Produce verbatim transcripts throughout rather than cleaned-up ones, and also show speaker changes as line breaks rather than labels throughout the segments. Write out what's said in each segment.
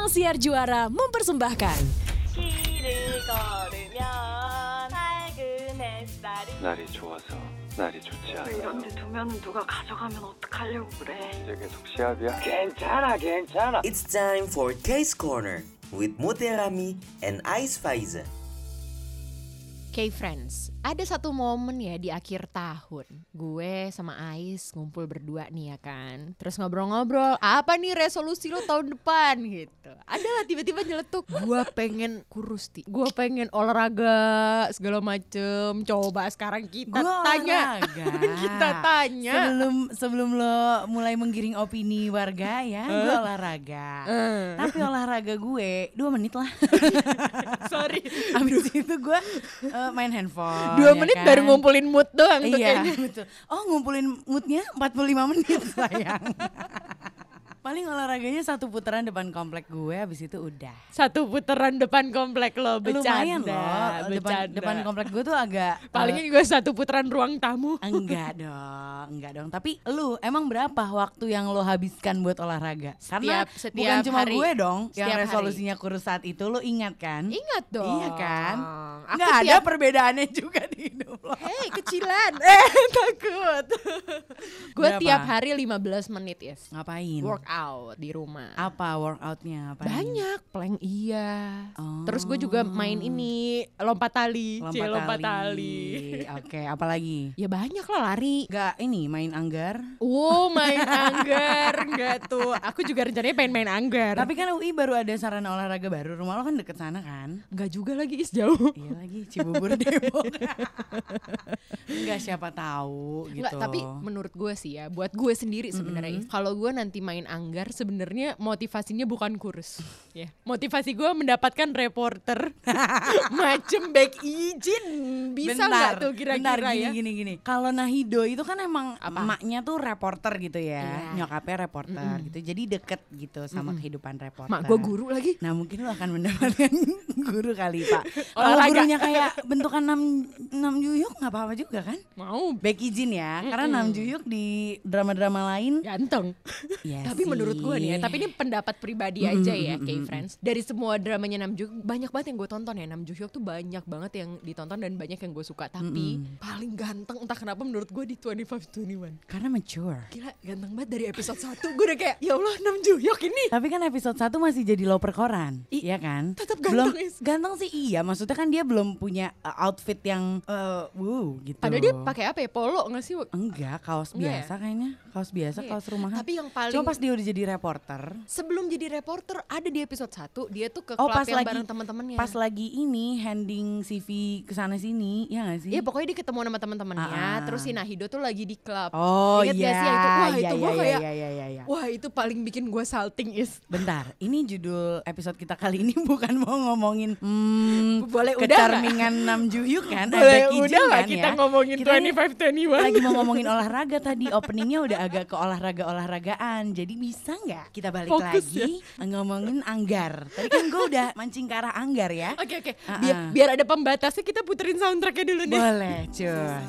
Sang Siar Juara mempersembahkan
길을 걸으면 밝은 햇살이
날이 좋아서 날이 좋지 않아.
이런데 두면은 누가 가져가면 어떡하려고 그래.
이제 계속 시합이야?
괜찮아 괜찮아. It's time for Case Corner with Mutiara Rami and Ais Faiza.
K-Friends, ada satu momen ya di akhir tahun. Gue sama Ais ngumpul berdua nih ya kan. Terus ngobrol-ngobrol, apa nih resolusi lo tahun depan gitu. Adalah tiba-tiba nyeletuk, gue pengen kurus ti. Gue pengen olahraga segala macem. Coba sekarang kita
Gua
tanya. kita tanya.
Sebelum sebelum lo mulai menggiring opini warga ya, gue olahraga.
Uh.
Tapi olahraga gue dua menit lah.
Sorry.
Abis itu gue uh, main handphone.
Dua
ya
menit
kan?
baru ngumpulin mood doang tuh
Iya
kayaknya.
betul. Oh ngumpulin moodnya empat puluh lima menit sayang. Paling olahraganya satu putaran depan komplek gue, habis itu udah.
Satu putaran depan komplek lo, bercanda.
Lumayan loh, depan,
bercanda.
depan komplek gue tuh agak
Palingnya juga satu putaran ruang tamu.
Enggak dong, enggak dong. Tapi lu emang berapa waktu yang lo habiskan buat olahraga? Karena
Setiap- setiap
bukan cuma
hari.
gue dong yang
Setiap hari.
resolusinya kurus saat itu, lo ingat kan?
Ingat dong.
Iya kan?
Aku
Enggak ada
tiap-
perbedaannya juga di hidup lo.
Hei kecilan, eh takut. Gue
Berapa?
tiap hari lima belas menit ya.
Ngapain?
Workout di rumah.
Apa workoutnya? Apa?
Banyak, plank iya.
Oh.
Terus gue juga main ini lompat tali,
Lompat,
Cie, lompat
tali.
tali.
Oke, apalagi?
Ya banyak lah lari.
Enggak ini main anggar.
Wow, main anggar enggak tuh. Aku juga rencananya pengen main anggar.
Tapi kan U I baru ada sarana olahraga baru. Rumah lo kan deket sana kan?
enggak juga lagi is jauh.
Iya lagi Cibubur Depok. Enggak siapa tahu gitu.
Enggak, tapi menurut gue sih ya, buat gue sendiri sebenarnya, mm-hmm. kalau gue nanti main anggar sebenarnya motivasinya bukan kurus, ya. Motivasi gue mendapatkan reporter, macem back izin, bisa nggak tuh kira-kira
bentar, gini,
ya?
gini gini. Kalau Nahido itu kan emang
Apa?
emaknya tuh reporter gitu ya,
Iya.
nyokapnya reporter
Mm-mm.
gitu, jadi deket gitu sama kehidupan reporter.
Mak gue guru lagi.
Nah mungkin lo akan mendapatkan guru kali Pak. Kalau
Olahraga.
gurunya kayak bentukan Nam Nam Juyuk nggak apa-apa juga kan?
Mau
Back izin ya, karena Nam Juyuk di drama-drama lain.
ganteng.
Ya
Tapi
sih.
menurut gue nih ya, tapi ini pendapat pribadi aja ya,
Mm-mm,
K-Friends. Dari semua dramanya Nam Joo, banyak banget yang gue tonton ya. Nam Joo Hyuk tuh banyak banget yang ditonton dan banyak yang gue suka. Tapi paling ganteng entah kenapa menurut gue di dua puluh lima dua puluh satu.
Karena mature.
Gila ganteng banget dari episode satu. Gue udah kayak ya Allah Nam Joo Hyuk ini.
Tapi kan episode satu masih jadi loper koran,
I-
iya kan?
tetap
belum
ganteng, Is.
ganteng sih iya, maksudnya kan dia belum punya uh, outfit yang uh, wow gitu.
Padahal dia pakai apa ya? Polo gak sih?
enggak, kaos
Enggak
biasa kayaknya, kaos biasa,
Iya.
kaos rumahan.
Tapi yang paling
Cuma pas dia udah jadi reporter,
sebelum jadi reporter ada di episode satu dia tuh ke
oh
klub
pas
yang
lagi
bareng teman-temannya.
pas lagi ini handing C V kesana sini, ya nggak sih?
Iya pokoknya dia ketemu sama teman-temannya.
Ah.
Terus si Nahido tuh lagi di klub.
Oh
Ingat
iya,
gak sih yang itu? Wah
iya,
itu
iya,
gue
iya,
kayak
iya, iya, iya, iya.
wah itu paling bikin gue salting is.
Bentar, ini judul episode kita kali ini bukan mau ngomongin hmm,
Boleh udah
kecarmingan Nam Joo Hyuk kan?
Boleh
Ada Ki Jin
udah lah
kan
kita
ya?
ngomongin
Kita
dua
ini
puluh lima dua puluh satu.
lagi mau ngomongin olahraga tadi, openingnya udah agak ke olahraga-olahragaan. Jadi bisa nggak kita balik
Fokus
lagi ngomongin anggar? Tadi kan gue udah mancing ke arah anggar ya.
Oke oke.
Ah,
Biar
ah.
biar ada pembatasnya kita puterin soundtracknya dulu nih.
Boleh, cus.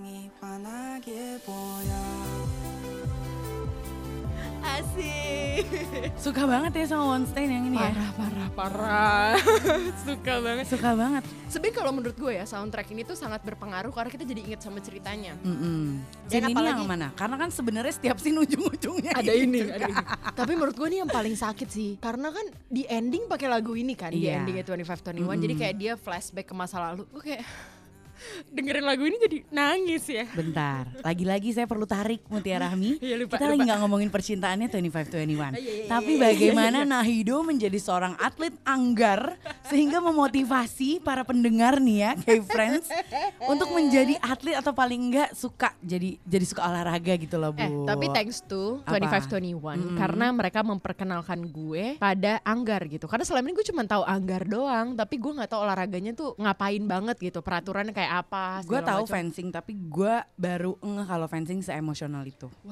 Asik.
Suka banget ya sama Wonstein yang ini ya.
Parah parah parah. Suka banget.
Suka banget.
Sebenarnya kalau menurut gue ya soundtrack ini tuh sangat berpengaruh karena kita jadi inget sama ceritanya.
Mm-mm.
Dan
Scene ini
apalagi-
yang mana? Karena kan sebenarnya setiap scene ujung-ujungnya
Ada
gitu
ini,
kan.
ada ini. Tapi menurut gue nih yang paling sakit sih. Karena kan di ending pakai lagu ini kan, di
Iya.
endingnya dua puluh lima dua puluh satu. Jadi
Mm-mm.
kayak dia flashback ke masa lalu. Gue kayak dengerin lagu ini jadi nangis ya.
Bentar, lagi-lagi saya perlu tarik Mutiara Rahmi.
Iya, lupa,
Kita lagi
lupa.
nggak ngomongin percintaannya dua puluh lima dua puluh satu.
iya, iya,
Tapi
iya, iya,
bagaimana Nahido menjadi seorang atlet anggar sehingga memotivasi para pendengar nih ya, K-Friends, untuk menjadi atlet atau paling enggak suka jadi jadi suka olahraga gitu loh, Bu.
Eh, tapi thanks to
Apa?
dua puluh lima dua puluh satu
Mm-mm.
karena mereka memperkenalkan gue pada anggar gitu. Karena selama ini gue cuma tahu anggar doang, tapi gue nggak tahu olahraganya tuh ngapain banget gitu. Peraturannya kayak apa?
Gue
segala
tahu
macam.
fencing, tapi gue baru ngeh kalau fencing seemosional itu.
Wah,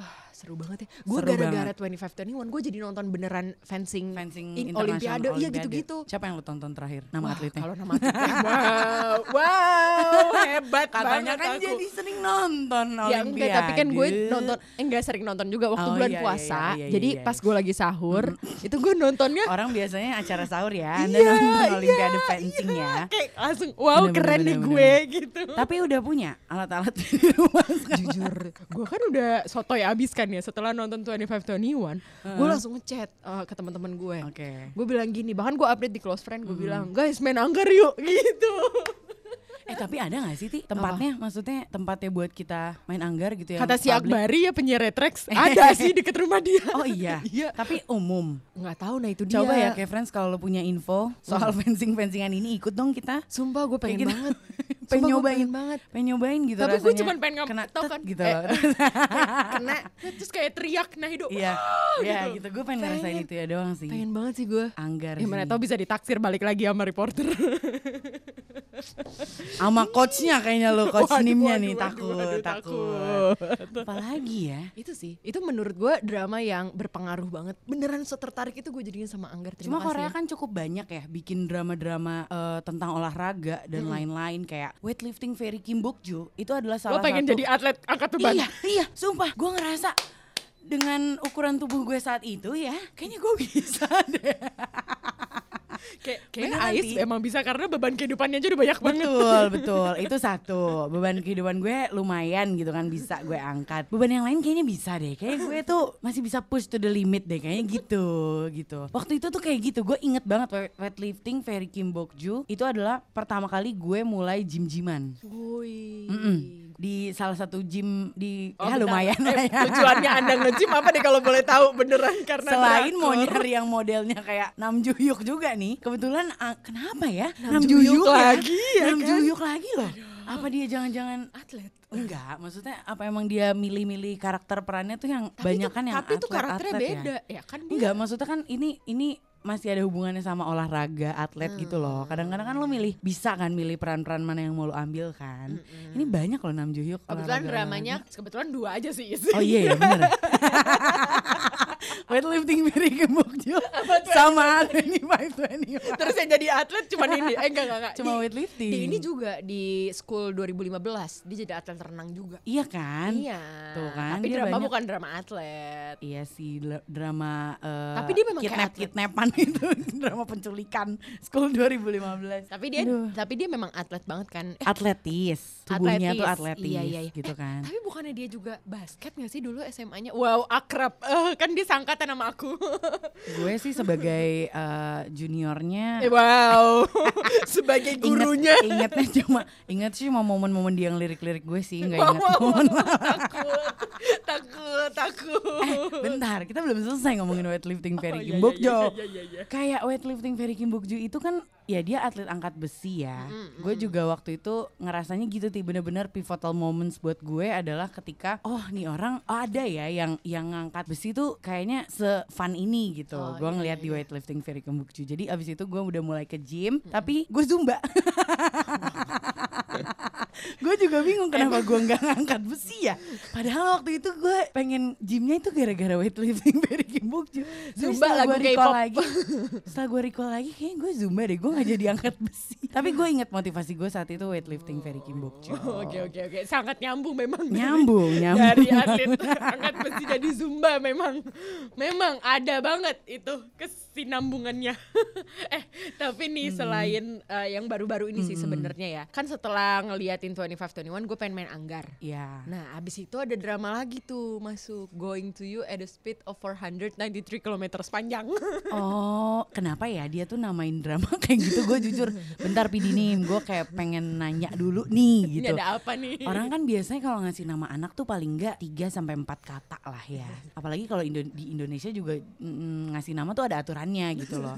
Seru banget ya. Gue
Seru
gara-gara
banget.
dua puluh lima dua puluh satu gue jadi nonton beneran fencing,
Fencing
in-
internasional,
olimpiade. Iya
olimpiade.
gitu-gitu.
Siapa yang lu tonton terakhir? Nama
Wah,
atletnya?
kalau nama atletnya, wow, wow, hebat
Katanya
banget
kan
aku.
jadi sering nonton
Ya
olimpiade.
enggak, tapi kan gue nonton, eh, enggak sering nonton juga waktu
Oh,
bulan
iya, iya,
puasa.
iya, iya,
jadi
iya.
pas gue lagi sahur, itu gue nontonnya
Orang biasanya acara sahur ya, Anda
Iya,
nonton
iya,
olimpiade fencing ya.
kayak langsung, wow
Bener,
keren
bener,
nih
bener,
gue
bener.
gitu.
Tapi udah punya alat-alat di rumah sekarang.
Jujur, gue kan udah sotoy abis kan ya setelah nonton dua puluh lima dua puluh satu, gue langsung ngechat uh, ke teman-teman gue.
Oke.
Gue bilang gini, bahkan gue update di close friend, gue bilang guys main anggar yuk gitu.
Eh tapi ada gak sih Ti tempatnya? Maksudnya tempatnya buat kita main anggar gitu ya?
Kata si
public?
Akbari ya penyiar Retrax, ada sih deket rumah dia.
Oh iya?
Iya.
Tapi umum?
Nggak tahu, nah itu dia.
Coba ya kayak friends kalau lo punya info soal fencing-fencingan ini ikut dong kita.
Sumpah gue pengen
Kayak gitu.
banget.
Pengen
Sumpah gua
nyobain.
pengen banget.
Pengen nyobain gitu
Tapi
rasanya.
gue cuma pengen ngam-
kena
tau
tet
kan,
gitu
eh,
loh.
Kena terus kayak teriak nah hidup.
Iya, iya gitu. Gue pengen ngerasain
Pengen.
itu ya doang sih.
Pengen banget sih gue.
Anggar
Ya mana
sih.
tau bisa ditaksir balik lagi sama reporter.
Sama coachnya kayaknya lo, coach
Waduh,
nimnya
waduh,
nih
waduh,
takut,
waduh,
takut.
takut.
Apalagi ya?
Itu sih, itu menurut gue drama yang berpengaruh banget. Beneran setertarik itu gue jadinya sama Anggar. Terima
Cuma
kasih
Korea
ya.
kan cukup banyak ya bikin drama-drama eh, tentang olahraga dan lain-lain kayak weightlifting Ferry Kim Bok-joo itu adalah
Lo
salah
pengen
satu.
jadi atlet angkat beban?
Iya, iya, sumpah gue ngerasa dengan ukuran tubuh gue saat itu ya, kayaknya gue bisa deh.
Kayak kayak
Beneran,
Ais
Ti.
emang bisa karena beban kehidupannya aja udah banyak banget.
Betul, betul. Itu satu. Beban kehidupan gue lumayan gitu kan bisa gue angkat. Beban yang lain kayaknya bisa deh. Kayak gue tuh masih bisa push to the limit deh kayaknya gitu, gitu. Waktu itu tuh kayak gitu. Gue inget banget weight- weightlifting Ferry Kim Bok-joo itu adalah pertama kali gue mulai gym-gyman.
Woi.
Mm-mm. Di salah satu gym di
Oh,
ya
bentar.
lumayan
Eh,
lah ya.
Tujuannya Anda nge-gym apa nih kalau boleh tahu beneran karena
Selain mau
drakor.
nyari yang modelnya kayak Nam Joo Hyuk juga nih. Kebetulan ah, kenapa ya?
Nam Joo Hyuk lagi ya
Nam
kan?
Joo Hyuk lagi loh. Apa dia jangan-jangan
atlet.
enggak, maksudnya apa emang dia milih-milih karakter perannya tuh yang
Tapi
banyak
itu,
kan yang
tapi itu karakternya
atlet-atlet
beda
ya?
ya kan dia.
Enggak, maksudnya kan ini ini masih ada hubungannya sama olahraga, atlet gitu loh. Kadang-kadang kan lo milih, bisa kan milih peran-peran mana yang mau lo ambil kan. Ini banyak loh Nam Joo Hyuk.
Kebetulan
olahraga-
dramanya kebetulan dua aja sih.
Oh iya ya bener. Weightlifting Ferry Kim Bok-joo sama dua puluh lima dua puluh lima.
Terus yang jadi atlet cuman ini. Eh enggak enggak enggak.
Cuma
Di-
weightlifting.
Di ini juga di school dua ribu lima belas dia jadi atlet renang juga.
Iya kan?
Iya.
Tuh kan,
Tapi
dia
drama
banyak-
bukan drama atlet.
Iya sih dra- drama eh,
Tapi dia memang kayak
kidnap
atlet.
kidnapan itu drama penculikan School dua ribu lima belas.
Tapi dia
Aduh.
tapi dia memang atlet banget kan. Eh,
Atletis, tubuhnya tuh
Atletis.
atletis
Iya, iya, iya.
gitu kan.
tapi bukannya dia juga basket gak sih dulu S M A-nya? Wow, akrab. Eh, kan dia sangkatan sama aku.
Gue sih sebagai eh, juniornya
Eh, wow. Sebagai gurunya.
Inget, ingetnya cuma inget sih cuma momen-momen dia ngelirik-lirik gue sih, nggak
Wow,
inget
wow,
momen.
takut, takut, takut.
Eh, bentar, kita belum selesai ngomongin weightlifting Ferry
Oh,
Kim
iya, iya,
Bok-joo.
iya, iya, iya.
Kayak weightlifting Ferry Kim Bok-joo itu kan ya dia atlet angkat besi ya. Gue juga waktu itu ngerasanya gitu sih, bener-bener pivotal moments buat gue adalah ketika oh nih orang oh, ada ya yang yang ngangkat besi tuh kayaknya se-fun ini gitu.
Oh,
gue
iya,
ngeliat
iya,
di weightlifting Ferry Kim Bok-joo. Jadi abis itu gue udah mulai ke gym, tapi gue zumba. Gue juga bingung kenapa gue nggak ngangkat besi ya. Padahal waktu itu gue pengen gymnya itu gara-gara weightlifting Ferry Kim Bok-joo. Tapi
Zumba
setelah
lagu
gue recall
K-pop.
lagi, setelah gue recall lagi kayaknya gue zumba deh. Gue nggak jadi angkat besi. Tapi gue inget motivasi gue saat itu weightlifting Ferry Kim Bok-joo.
Oke oke oke, sangat nyambung memang.
Nyambung, nyambung.
Dari atlet angkat besi jadi zumba memang memang ada banget itu kesinambungannya. eh tapi nih selain uh, yang baru-baru ini sih sebenarnya ya, kan setelah ngeliatin dua puluh lima dua puluh satu gue pengen main anggar.
Ya.
Nah abis itu ada drama lagi tuh masuk, Going to You at the Speed of four hundred ninety-three kilometers panjang.
Oh, kenapa ya dia tuh namain drama kayak gitu? Gue jujur, bentar Pidinim, gue kayak pengen nanya dulu nih
Ini
gitu.
ada apa nih?
Orang kan biasanya kalau ngasih nama anak tuh paling enggak tiga sampai empat kata lah ya. Apalagi kalau Indo- di Indonesia juga mm, ngasih nama tuh ada aturannya gitu loh.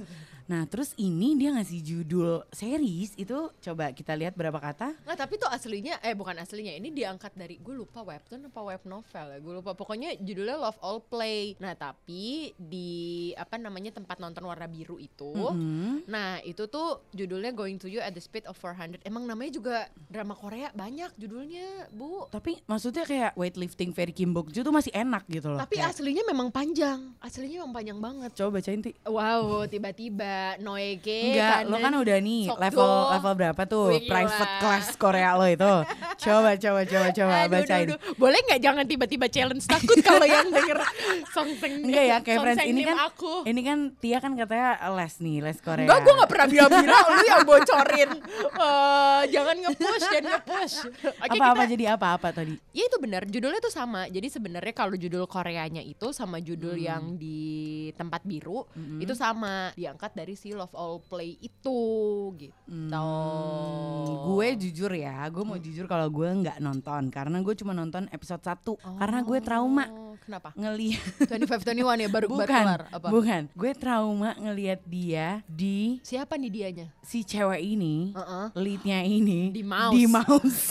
Nah terus ini dia ngasih judul series itu, coba kita lihat berapa kata.
Nggak, tapi tuh aslinya, eh bukan aslinya, ini diangkat dari, gue lupa webtoon apa web novel ya, gue lupa. Pokoknya judulnya Love All Play. Nah tapi di apa namanya tempat nonton warna biru itu, mm-hmm. nah itu tuh judulnya Going to You at the Speed of four hundred. Emang namanya juga drama Korea banyak judulnya, Bu.
Tapi maksudnya kayak weightlifting Ferry Kim Bok-joo tuh masih enak gitu loh.
Tapi
kayak...
aslinya memang panjang, aslinya memang panjang banget.
Coba bacain Ti.
Wow, tiba-tiba Noege.
Enggak, lo kan udah nih
Sokdo.
level level berapa tuh?
Wih,
private class Korea lo itu. Coba coba coba coba
aduh,
bacain.
Aduh, aduh. Boleh nggak jangan tiba-tiba challenge, takut kalau yang denger songseng.
Enggak ya, kayak friends ini kan
aku.
Ini kan Tia kan katanya les nih, les Korea.
Enggak, gue gak pernah bilang-bilang, lu yang bocorin. uh, Jangan nge-push, jangan nge-push. Okay,
Apa-apa
kita...
jadi apa-apa tadi?
Ya itu benar, judulnya tuh sama. Jadi sebenarnya kalau judul Koreanya itu sama judul hmm. yang di tempat biru hmm. itu sama, diangkat dari si Love All Play itu gitu.
Hmm, gue jujur ya, gue mau hmm. jujur kalau gue nggak nonton karena gue cuma nonton episode satu oh. karena gue trauma.
Kenapa?
Ngelihat
dua puluh lima dua puluh satu ya baru
bukan,
baru kelar apa?
Bukan, gue trauma ngelihat dia di
siapa nih dianya?
Si cewek ini, uh-uh. leadnya ini
di mouse.
Di mouse.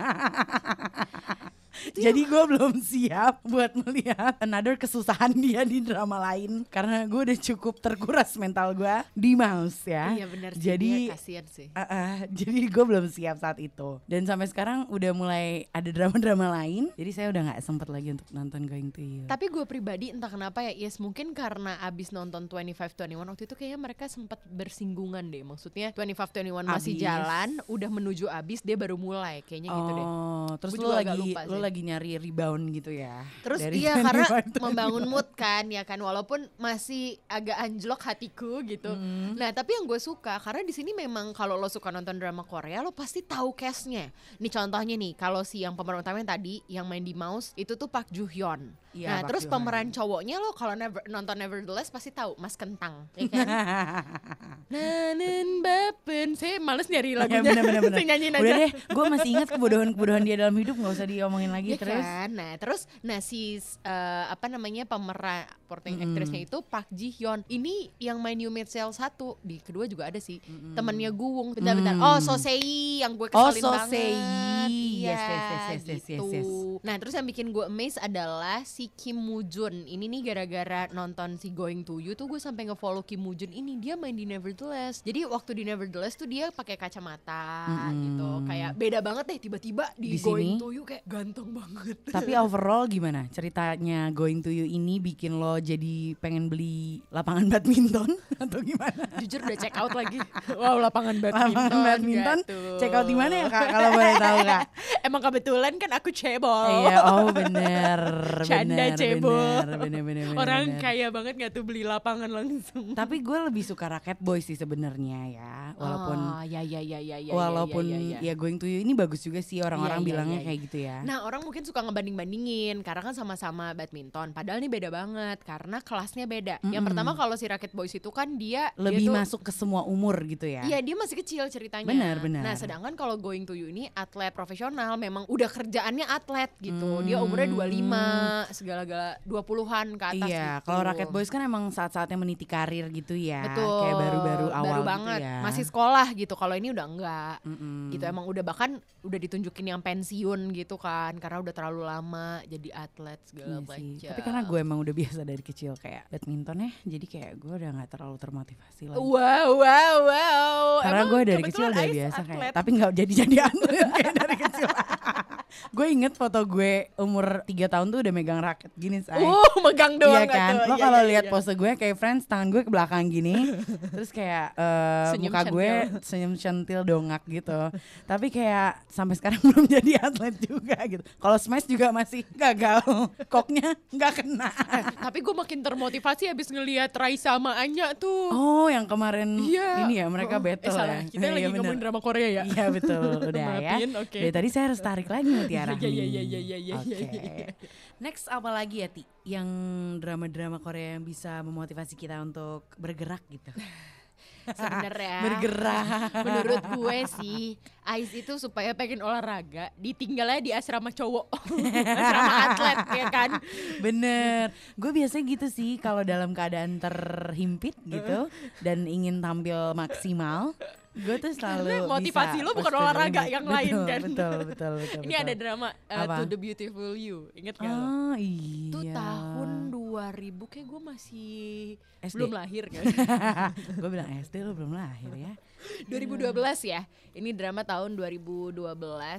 Jadi gue belum siap buat melihat another kesusahan dia di drama lain karena gue udah cukup terkuras mental gue di mouse ya.
Iya benar sih.
Jadi
kasihan sih.
Uh, uh, jadi gue belum siap saat itu. Dan sampai sekarang udah mulai ada drama-drama lain. Jadi saya udah nggak sempet lagi untuk nonton Going to You.
Tapi gue pribadi entah kenapa ya, yes mungkin karena abis nonton dua puluh lima dua puluh satu waktu itu kayaknya mereka sempat bersinggungan deh. Maksudnya dua puluh lima dua puluh satu masih jalan, udah menuju abis dia baru mulai kayaknya
oh,
gitu deh.
Terus lu lagi lu lagi nyari rebound gitu ya.
Terus iya karena membangun mood kan ya kan, walaupun masih agak anjlok hatiku gitu. Mm. Nah tapi yang gue suka karena di sini memang kalau lo suka nonton drama Korea lo pasti tahu cast-nya. Nih contohnya nih kalau si yang pemeran utama yang tadi yang main di Mouse itu tuh Park Joo Hyun. Ya, nah Park terus Joo pemeran cowoknya lo kalau never, nonton Nevertheless pasti tahu Mas Kentang, ya kan? Nanen bapen, saya males nyari lagunya.
Ya, bener, bener, bener.
Saya nyanyiin aja.
Udah deh, gue masih ingat kebodohan-kebodohan dia dalam hidup, nggak usah diomongin lagi
ya
terus.
Kan? Nah terus, nah si uh, apa namanya pemeran supporting mm. actress-nya itu Park Ji Hyun. Ini yang main You Meet Sale satu, di kedua juga ada sih. Mm. Temennya Guwung, bentar-bentar. Mm. Oh Sosei yang gue kesalin
oh,
banget.
Iya,
yes, yes, yes,
yes,
gitu.
yes, yes.
Nah terus yang bikin gue amazed adalah si Kim Woo Jun. Ini nih gara-gara nonton si Going to You tuh gue sampai nge-follow Kim Woo Jun ini. Dia main di Nevertheless. Jadi waktu di Nevertheless tuh dia pakai kacamata mm. gitu. Kayak beda banget deh tiba-tiba di,
di
Going
sini,
to You kayak ganteng banget.
Tapi overall gimana? Ceritanya Going to You ini bikin lo jadi pengen beli lapangan badminton atau gimana?
Jujur udah check out lagi. Wow, lapangan badminton.
Lapangan badminton. Check out di mana ya Kak kalau boleh tahu Kak?
Emang kebetulan kan aku cebol.
Iya, oh bener.
Canda
bener,
cebol.
Bener, bener, bener, bener,
orang
bener.
kaya banget gak tuh beli lapangan langsung.
Tapi gue lebih suka Rocket Boy sih sebenarnya ya. Walaupun
oh, ya, ya, ya, ya, ya,
Walaupun
ya, ya, ya.
ya Going to You ini bagus juga sih, orang-orang
ya, ya,
bilangnya
ya, ya.
kayak gitu ya.
Nah orang mungkin suka ngebanding-bandingin karena kan sama-sama badminton. Padahal ini beda banget karena kelasnya beda. Mm-hmm. Yang pertama kalau si Rocket Boys itu kan dia
lebih
dia tuh,
masuk ke semua umur gitu ya.
Iya dia masih kecil ceritanya.
Benar, benar.
Nah sedangkan kalau Going to You ini atlet profesional, memang udah kerjaannya atlet gitu. Hmm. Dia umurnya dua puluh lima, segala-gala dua puluhan ke atas.
Iya,
gitu.
kalau Rocket Boys kan emang saat-saatnya meniti karir gitu ya.
Betul.
Kayak baru-baru awal
baru
gitu
banget.
ya.
Masih sekolah gitu. Kalau ini udah enggak.
Mm-mm.
Gitu emang udah bahkan udah ditunjukin yang pensiun gitu kan, karena udah terlalu lama jadi atlet segala
iya
macam.
Tapi karena gue emang udah biasa dari kecil kayak badminton ya, jadi kayak gue udah nggak terlalu termotivasi lagi.
Wow, wow, wow.
Karena
emang
gue dari kecil udah biasa atlet. Kayak, tapi nggak jadi jadi atlet kayak dari kecil. Gue inget foto gue umur tiga tahun tuh udah megang raket gini say.
Uh, megang doang.
Iya kan,
tuh.
lo
iya,
kalau
iya,
lihat
iya.
pose gue kayak Friends, tangan gue ke belakang gini, terus kayak uh, muka
centil.
gue senyum centil dongak gitu. Tapi kayak sampai sekarang belum jadi atlet juga gitu. Kalau smash juga masih gagal, koknya nggak kena.
Tapi gue makin termotivasi abis ngelihat Raisa sama Anya tuh.
Oh, yang kemarin
iya.
ini ya mereka
oh,
battle
eh, salah.
ya.
Kita lagi
iya,
ngomongin drama Korea ya.
Iya betul, udah ya.
Okay.
Dari tadi saya harus tarik lagi Mutiara.
Iya iya iya iya iya.
Oke. Next apa lagi ya Ti? Yang drama-drama Korea yang bisa memotivasi kita untuk bergerak gitu.
sebenarnya
Bergerak.
menurut gue sih Ais itu supaya pengen olahraga ditinggalnya di asrama cowok. Asrama atlet ya kan.
Bener, gue biasanya gitu sih kalau dalam keadaan terhimpit gitu dan ingin tampil maksimal, gue tuh selalu
Karena motivasi
bisa
lo bukan
push to the
olahraga
limit.
yang
betul,
lain kan.
Betul, betul, betul.
Ini
betul.
ada drama uh,
Apa?
To the Beautiful You, inget gak lo?
Oh iya.
Itu tahun dua ribu kayak gue masih
S D.
belum lahir kan.
Gue bilang S D lu belum lahir ya.
dua ribu dua belas ya. Ini drama tahun dua ribu dua belas.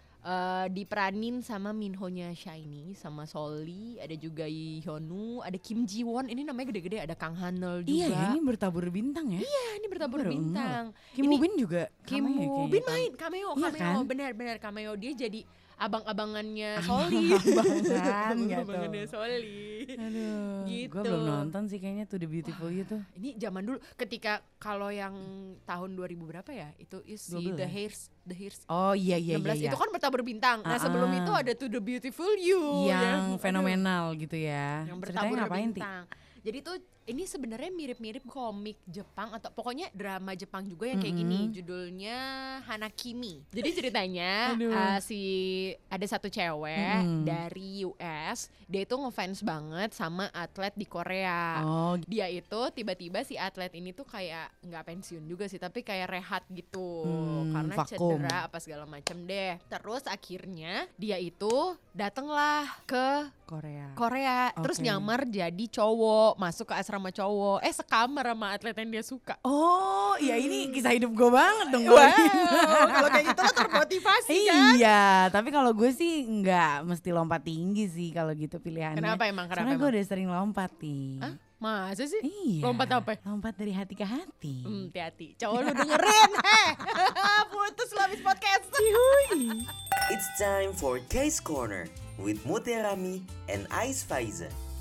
Uh, diperanin sama Minho-nya Shiny, sama Soli, ada juga Lee Hyunwoo, ada Kim Ji Won. Ini namanya gede-gede, ada Kang Hanel juga.
Iya ya, ini bertabur bintang ya.
Iya, ini bertabur
Baru
bintang.
Kim
Ini
Woo Bin juga
Kim
cameo
Woo
kayaknya.
Bin main cameo,
Iya
cameo,
kan?
benar-benar cameo. Dia jadi abang-abangannya Soli.
Abang-abangan nggak tuh?
Abang-abangannya Soli.
Aduh,
Gitu.
gue belum nonton sih kayaknya To the Beautiful You tuh.
Ini zaman dulu ketika kalau yang tahun dua ribu berapa ya? Itu is si
dua belas.
The Hairs, The Hairs.
Oh iya iya
enam belas
iya.
itu kan bertabur bintang. Nah, sebelum
Ah, ah.
itu ada To the Beautiful You
yang
aduh,
fenomenal gitu ya.
yang
Ceritanya
bertabur
ngapain Ti?
bintang. Jadi tuh ini sebenarnya mirip-mirip komik Jepang atau pokoknya drama Jepang juga yang kayak gini.
Mm-mm.
Judulnya Hanakimi. Jadi ceritanya
Aduh.
uh, si ada satu cewek
Mm-mm.
dari U S, dia itu ngefans banget sama atlet di Korea.
Oh,
Dia itu tiba-tiba si atlet ini tuh kayak nggak pensiun juga sih, tapi kayak rehat gitu
Hmm,
karena
vakum.
cedera apa segala macem deh. Terus akhirnya dia itu datanglah ke
Korea.
Korea, terus
Oke.
nyamar jadi cowok, masuk ke asrama cowok, eh sekamar sama atlet yang dia suka.
Oh, ya ini kisah hidup gue banget dong.
Wow, kalau kayak gitu lo termotivasi kan?
Iya, tapi kalau gue sih nggak mesti lompat tinggi sih kalau gitu pilihannya.
Kenapa emang? Kenapa
Karena gue
emang?
udah sering lompat nih.
Hah? Masa sih?
Iya.
Lompat apa?
Lompat dari hati ke hati.
Hmm, hati-hati. Cowok lu dengerin, heh. Putus lu habis podcast.
It's time for Case Corner with Muterami and Ais Faiza.